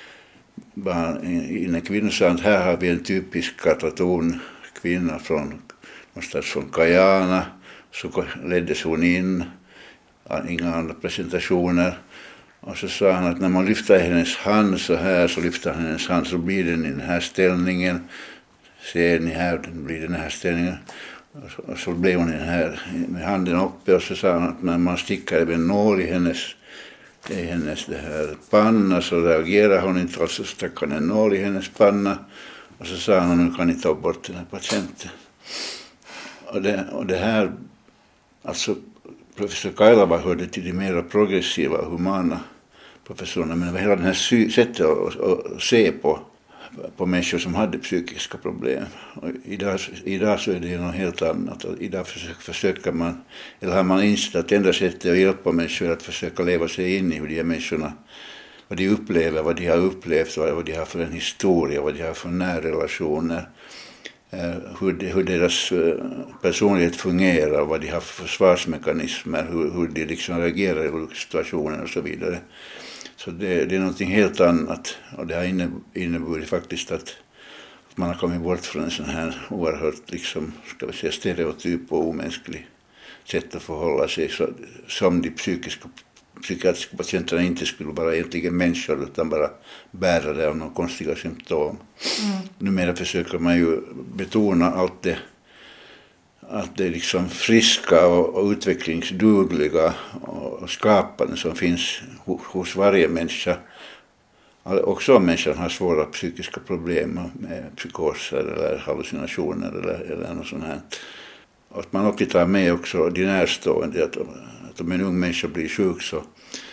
en kvinna och sa att här har vi en typisk kataton kvinna någonstans från Kajana, så leddes hon in, inga andra presentationer. Och så sa han att när man lyfter hennes hand så här, så lyfter han hennes hand så blir den i den här ställningen. Ser ni här, den blir den här ställningen. Och så blev hon i den här med handen uppe, och så sa han att när man stickar en nål i hennes det här panna så reagerar hon inte, alltså stack han en nål i hennes panna. Och så sa han, nu kan ni ta bort den här patienten. Och det här, alltså professor Kailava hörde till de mer progressiva och humana professorerna, men hela den här sättet att se på människor som hade psykiska problem. Och idag så är det något helt annat. Och idag försöker man, eller har man insett att enda sättet att hjälpa människor att försöka leva sig in i hur de här människorna, vad de upplever, vad de har upplevt, vad de har för en historia, vad de har för närrelationer, hur deras personlighet fungerar, vad de har för försvarsmekanismer, hur de liksom reagerar i olika situationer och så vidare. Så det är någonting helt annat, och det har inneburit faktiskt att man har kommit bort från en sån här oerhört liksom, ska vi säga, stereotyp och omänsklig sätt att förhålla sig, som de psykiatriska patienterna inte skulle vara egentligen människor utan bara bärare av några konstiga symptom. Numera försöker man ju betona allt det liksom friska och utvecklingsdugliga och skapande som finns hos varje människa. Också om människan har svåra psykiska problem med psykoser eller hallucinationer eller något sånt här. Och att man alltid tar med också de närstående, att om en ung människa blir sjuk så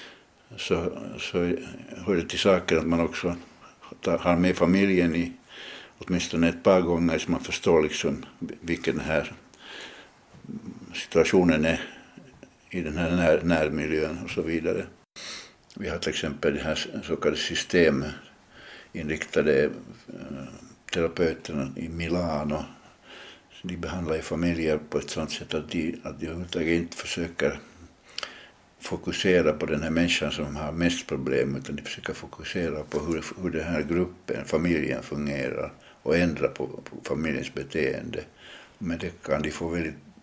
hör det till saker att man också har med familjen i åtminstone ett par gånger, så man förstår liksom vilken den här situationen är i den här närmiljön och så vidare. Vi har till exempel det här så kallade systeminriktade terapeuterna i Milano. De behandlar i familjer på ett sådant sätt att de överhuvudtaget inte försöker fokusera på den här människan som har mest problem, utan de försöker fokusera på hur den här gruppen, familjen fungerar och ändra på familjens beteende. Men det kan de få väldigt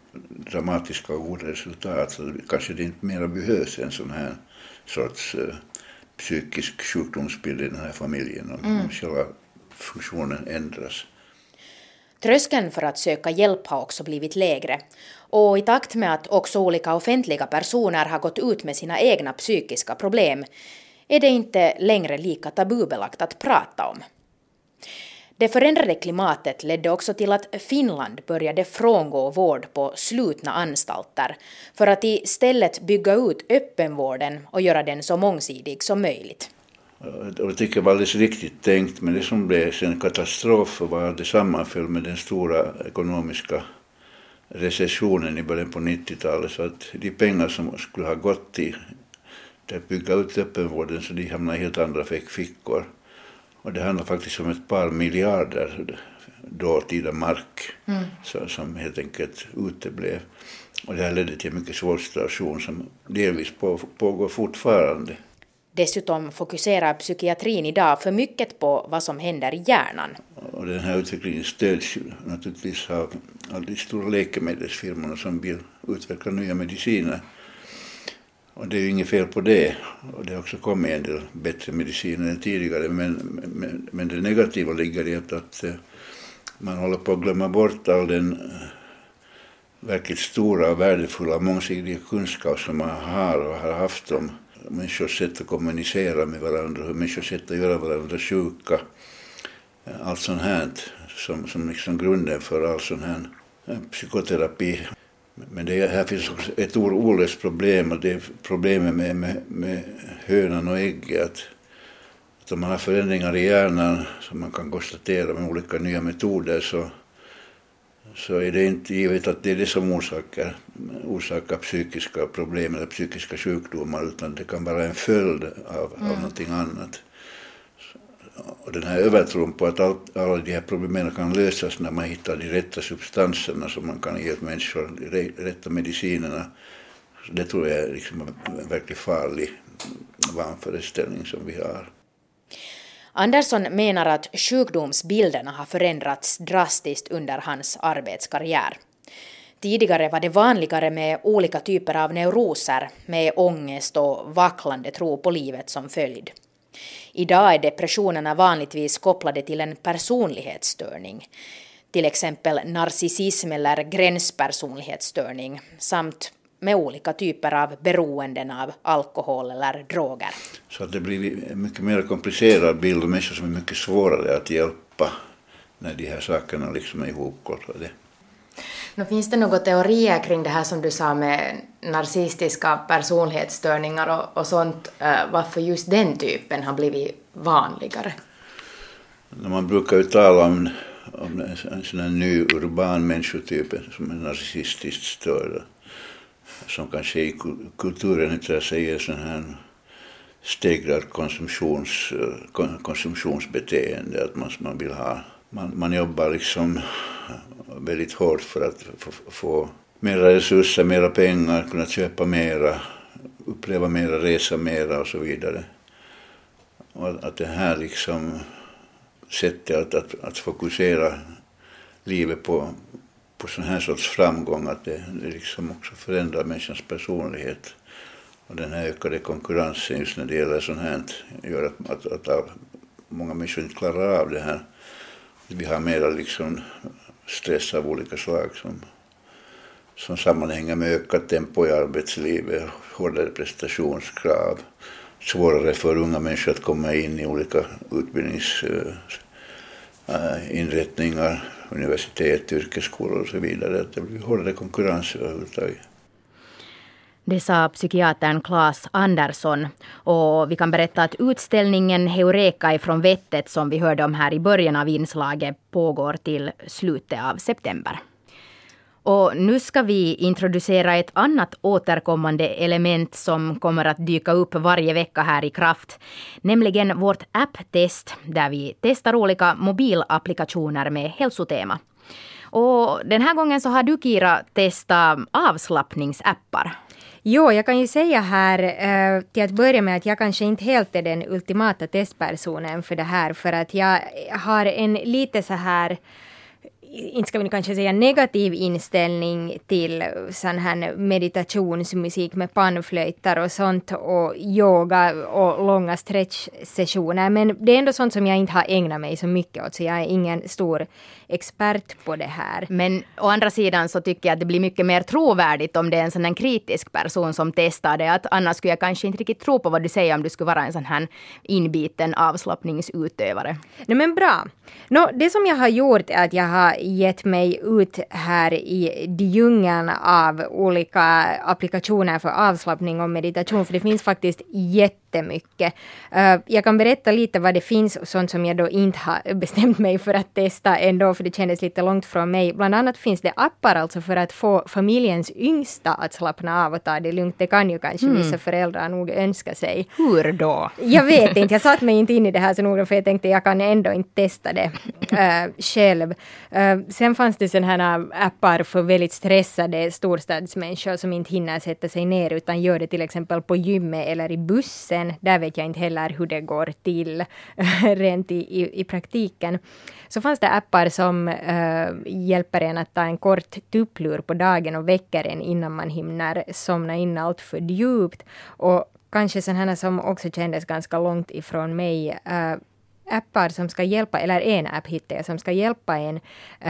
dramatiska och goda resultat. Så kanske det inte mer behövs en sån här sorts psykisk sjukdomsbild i den här familjen om själva funktionen ändras. Tröskeln för att söka hjälp har också blivit lägre. Och i takt med att också olika offentliga personer har gått ut med sina egna psykiska problem är det inte längre lika tabubelagt att prata om. Det förändrade klimatet ledde också till att Finland började frångå vård på slutna anstalter för att istället bygga ut öppenvården och göra den så mångsidig som möjligt. Jag tycker det var alldeles riktigt tänkt, men det som blev en katastrof var att det sammanföll med den stora ekonomiska recessionen i början på 90-talet, så att de pengar som skulle ha gått till att bygga ut öppenvården så de hamnade i helt andra fickor. Och det handlar faktiskt om ett par miljarder dåtida mark som helt enkelt uteblev. Och det här ledde till en mycket svår situation som delvis pågår fortfarande. Dessutom fokuserar psykiatrin idag för mycket på vad som händer i hjärnan. Och den här utvecklingen stöds naturligtvis av de stora läkemedelsfirmorna som vill utveckla nya mediciner. Och det är ju inget fel på det. Och det har också kommit en del bättre mediciner än tidigare. Men det negativa ligger i att man håller på att glömma bort all den verkligt stora, värdefulla, mångsidiga kunskap som man har och har haft om människors sätt att kommunicera med varandra, hur människors sätt att göra varandra sjuka. Allt sånt här som liksom grunden för all sån här psykoterapi. Men här finns också ett olöst problem, och det är problemet med hönan och ägget. Att om man har förändringar i hjärnan som man kan konstatera med olika nya metoder så är det inte givet att det är det som orsakar psykiska problem eller psykiska sjukdomar, utan det kan vara en följd av någonting annat. Och den här övertron på att alla de här problemen kan lösas när man hittar de rätta substanserna som man kan ge människor, de rätta medicinerna, så det tror jag är liksom en verkligt farlig vanföreställning som vi har. Andersson menar att sjukdomsbilderna har förändrats drastiskt under hans arbetskarriär. Tidigare var det vanligare med olika typer av neuroser med ångest och vacklande tro på livet som följd. Idag är depressionerna vanligtvis kopplade till en personlighetsstörning, till exempel narcissism eller gränspersonlighetsstörning, samt med olika typer av beroenden av alkohol eller droger. Så att det blir en mycket mer komplicerad bild av människor som är mycket svårare att hjälpa när de här sakerna liksom är ihopkopplade. Finns det några teorier kring det här som du sa med narcissistiska personlighetsstörningar och sånt, varför just den typen har blivit vanligare? Man brukar ju tala om en sån här ny urban människotyp som är narcissistiskt störd, som kanske i kulturen inte säger sån här stegrad konsumtionsbeteende, att man vill ha, man jobbar liksom väldigt hårt för att få mera resurser, mera pengar, kunna köpa mera, uppleva mera, resa mera och så vidare. Och att det här liksom sättet att fokusera livet på sån här sorts framgång, att det liksom också förändrar människans personlighet. Och den här ökade konkurrensen just när det gäller sånt här gör att många människor inte klarar av det här. Vi har mera liksom stress av olika slag som sammanhänger med ökat tempo i arbetslivet, hårdare prestationskrav, svårare för unga människor att komma in i olika utbildningsinrättningar, universitet, yrkesskolor och så vidare. Det blir hårdare konkurrens överhuvudtaget. Det sa psykiatern Claes Andersson, och vi kan berätta att utställningen Heureka ifrån vettet som vi hörde om här i början av inslaget pågår till slutet av september. Och nu ska vi introducera ett annat återkommande element som kommer att dyka upp varje vecka här i Kraft, nämligen vårt app-test där vi testar olika mobilapplikationer med hälsotema. Och den här gången så har du, Kira, testat avslappningsappar. Jo, jag kan ju säga här till att börja med att jag kanske inte helt är den ultimata testpersonen för det här, för att jag har en lite så här inte ska vi kanske säga negativ inställning till sån här meditationsmusik med pannflöjtar och sånt och yoga och långa stretch-sessioner. Men det är ändå sånt som jag inte har ägnat mig så mycket åt, så jag är ingen stor expert på det här. Men å andra sidan så tycker jag att det blir mycket mer trovärdigt om det är en sån här kritisk person som testar det. Att annars skulle jag kanske inte riktigt tro på vad du säger om du skulle vara en sån här inbiten avslappningsutövare. Nej, men bra. Det som jag har gjort är att jag har gett mig ut här i djungeln av olika applikationer för avslappning och meditation, för det finns faktiskt jättemycket. Jag kan berätta lite vad det finns och sånt som jag då inte har bestämt mig för att testa ändå, för det kändes lite långt från mig. Bland annat finns det appar alltså för att få familjens yngsta att slappna av och ta det lugnt. Det kan ju kanske vissa föräldrar nog önska sig. Hur då? Jag vet inte, jag satt mig inte in i det här så noga, för jag tänkte jag kan ändå inte testa det själv. Sen fanns det sådana här appar för väldigt stressade storstadsmänniskor som inte hinner sätta sig ner utan gör det till exempel på gymmet eller i bussen. Där vet jag inte heller hur det går till rent i praktiken. Så fanns det appar som hjälper en att ta en kort tupplur på dagen och väcker en innan man hinner somna in allt för djupt. Och kanske sådana som också kändes ganska långt ifrån mig, appar som ska hjälpa, eller en app hittade jag som ska hjälpa en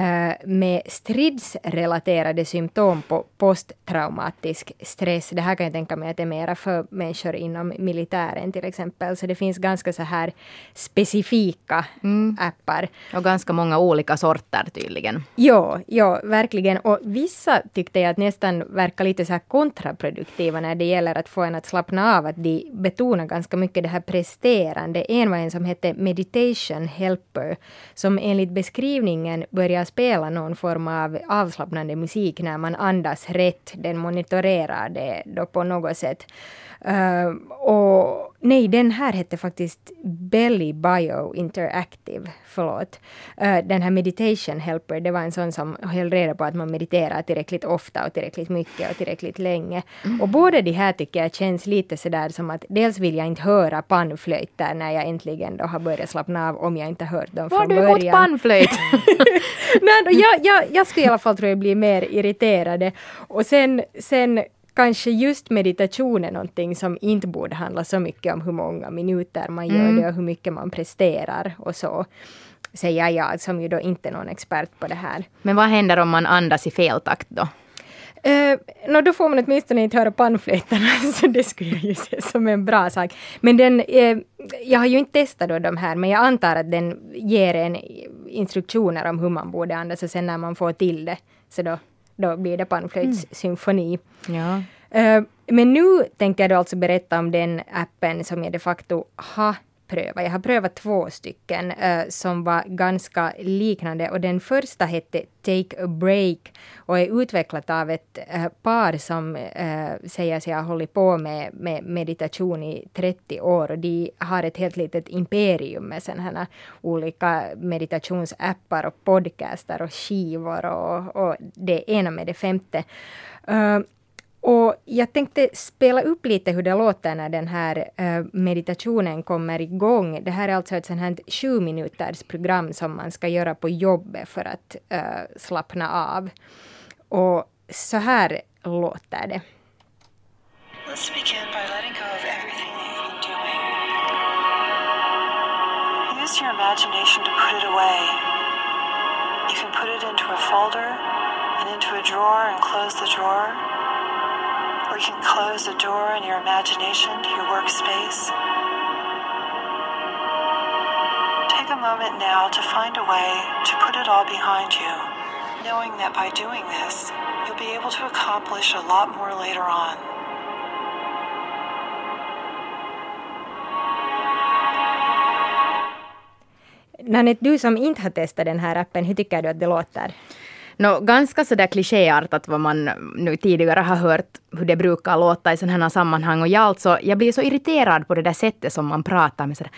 med stridsrelaterade symptom på posttraumatisk stress. Det här kan jag tänka mig att det är mera för människor inom militären till exempel. Så det finns ganska så här specifika appar. Och ganska många olika sorter tydligen. Ja, verkligen. Och vissa tyckte jag att nästan verkar lite så här kontraproduktiva när det gäller att få en att slappna av. Att de betonar ganska mycket det här presterande. En var en som hette Meditation Helper, som enligt beskrivningen börjar spela någon form av avslappnande musik när man andas rätt. Den monitorerar det då på något sätt. Och nej, den här hette faktiskt Belly Bio Interactive, den här Meditation Helper, det var en sån som höll reda på att man mediterar tillräckligt ofta och tillräckligt mycket och tillräckligt länge. Och båda de här tycker jag känns lite sådär som att dels vill jag inte höra pannflöjter när jag äntligen då har börjat slappna av, om jag inte hört dem från början. Var du emot pannflöjt? Nej, jag skulle i alla fall tror jag bli mer irriterade. Och sen kanske just meditation är någonting som inte borde handla så mycket om hur många minuter man gör det och hur mycket man presterar och så, säger jag som ju då inte är någon expert på det här. Men vad händer om man andas i fel takt då? Då får man åtminstone inte höra pannflöjtarna, så det skulle jag ju se som en bra sak. Men jag har ju inte testat då de här, men jag antar att den ger en instruktioner om hur man borde andas, och sen när man får till det så då blir det pannflöjtssymfoni. Ja. Men nu tänker jag då alltså berätta om den appen som jag de facto har prövat. Jag har prövat 2 stycken som var ganska liknande, och den första hette Take a Break och är utvecklat av ett par som säger sig ha hållit på med meditation i 30 år, och de har ett helt litet imperium med sådana här olika meditationsappar och podcaster och skivor och det ena med det femte. Och jag tänkte spela upp lite hur det låter när den här meditationen kommer igång. Det här är alltså ett sånt här 7-minuters program som man ska göra på jobbet för att slappna av. Och så här låter det. Let's begin by letting go of everything that you've been doing. Use your imagination to put it away. You can put it into a folder and into a drawer and close the drawer. Or you can close the door in your imagination to your workspace. Take a moment now to find a way to put it all behind you, knowing that by doing this, you'll be able to accomplish a lot more later on. Nanette, du som inte har testat den här appen, hur tycker du att det låter? Ganska sådär klichéartat vad man nu tidigare har hört hur det brukar låta i sådana här sammanhang. Och jag blir så irriterad på det där sättet som man pratar med sådär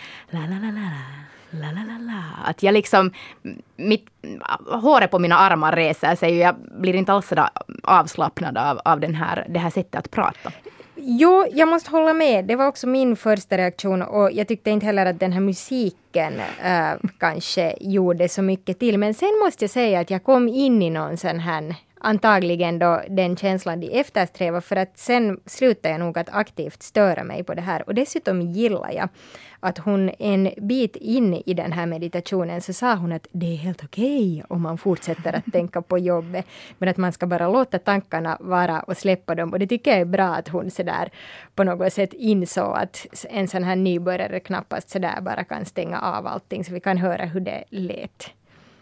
la. Att jag liksom, håret på mina armar reser sig och jag blir inte alls sådär avslappnad av det här sättet att prata. Jo, jag måste hålla med. Det var också min första reaktion och jag tyckte inte heller att den här musiken kanske gjorde så mycket till. Men sen måste jag säga att jag kom in i någon sån här, antagligen då den känslan de eftersträvar, för att sen slutade jag nog att aktivt störa mig på det här. Och dessutom gillar jag att hon en bit in i den här meditationen så sa hon att det är helt okej om man fortsätter att tänka på jobbet, men att man ska bara låta tankarna vara och släppa dem. Och det tycker jag är bra att hon så där på något sätt insåg att en sån här nybörjare knappast så där bara kan stänga av allting, så vi kan höra hur det lät.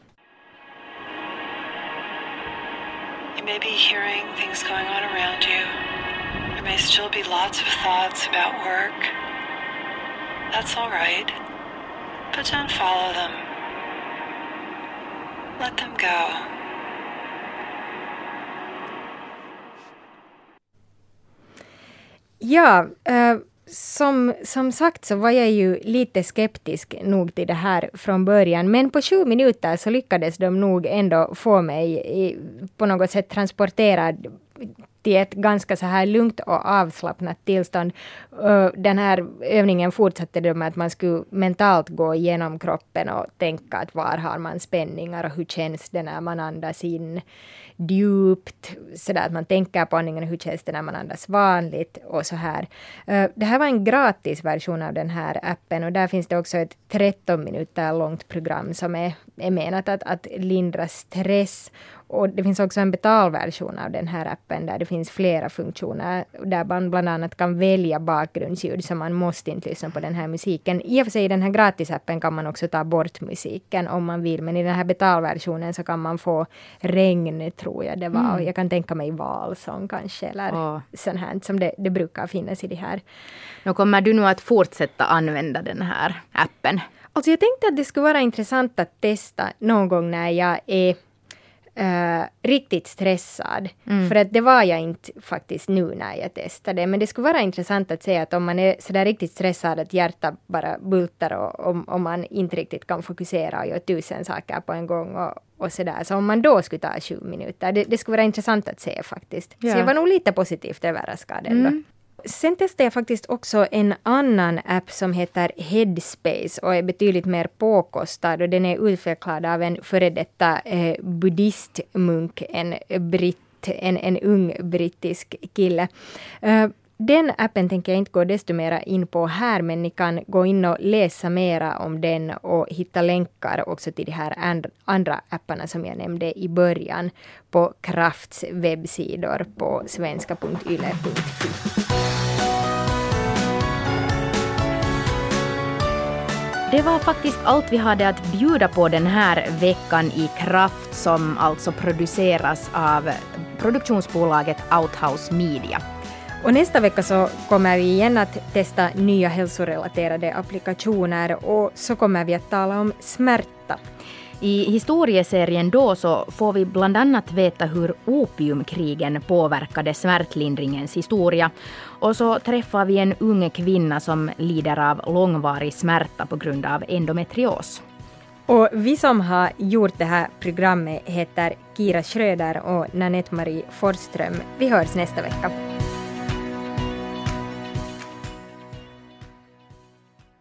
You may be hearing things going on around you. There may still be lots of thoughts about work. That's all right. But don't follow them. Let them go. Ja, som sagt så var jag ju lite skeptisk nog till det här från början. Men på 7 minuter så lyckades de nog ändå få mig på något sätt transporterad till ett ganska så här lugnt och avslappnat tillstånd. Den här övningen fortsatte då med att man skulle mentalt gå igenom kroppen och tänka att var har man spänningar och hur känns det när man andas in djupt, så där att man tänker på andningen och hur känns det när man andas vanligt och så här. Det här var en gratis version av den här appen och där finns det också ett 13 minuter långt program som är menat att lindra stress. Och det finns också en betalversion av den här appen där det finns flera funktioner där man bland annat kan välja bakgrundsljud, så man måste inte lyssna på den här musiken. I och för sig i den här gratisappen kan man också ta bort musiken om man vill, men i den här betalversionen så kan man få regn, tror jag det var. Och jag kan tänka mig valsång kanske eller sånt här som det brukar finnas i det här. Nu kommer du nu att fortsätta använda den här appen? Alltså jag tänkte att det skulle vara intressant att testa någon gång när jag är riktigt stressad. För att det var jag inte faktiskt nu när jag testade. Men det skulle vara intressant att se att om man är sådär riktigt stressad att hjärtat bara bultar och om man inte riktigt kan fokusera och göra 1000 saker på en gång och sådär. Så om man då skulle ta 20 minuter, det skulle vara intressant att se faktiskt. Ja. Så jag var nog lite positivt överraskad ändå. Sen testade jag faktiskt också en annan app som heter Headspace och är betydligt mer påkostad, och den är utvecklad av en före detta buddhistmunk, en ung brittisk kille. Den appen tänker jag inte gå desto mera in på här, men ni kan gå in och läsa mera om den och hitta länkar också till de här andra apparna som jag nämnde i början på Krafts webbsidor på svenska.yle.fi. Det var faktiskt allt vi hade att bjuda på den här veckan i Kraft, som alltså produceras av produktionsbolaget Outhouse Media. Och nästa vecka så kommer vi igen att testa nya hälsorelaterade applikationer, och så kommer vi att tala om smärta. I historieserien då så får vi bland annat veta hur opiumkrigen påverkade smärtlindringens historia. Och så träffar vi en ung kvinna som lider av långvarig smärta på grund av endometrios. Och vi som har gjort det här programmet heter Kira Schröder och Nanette Marie Forsström. Vi hörs nästa vecka.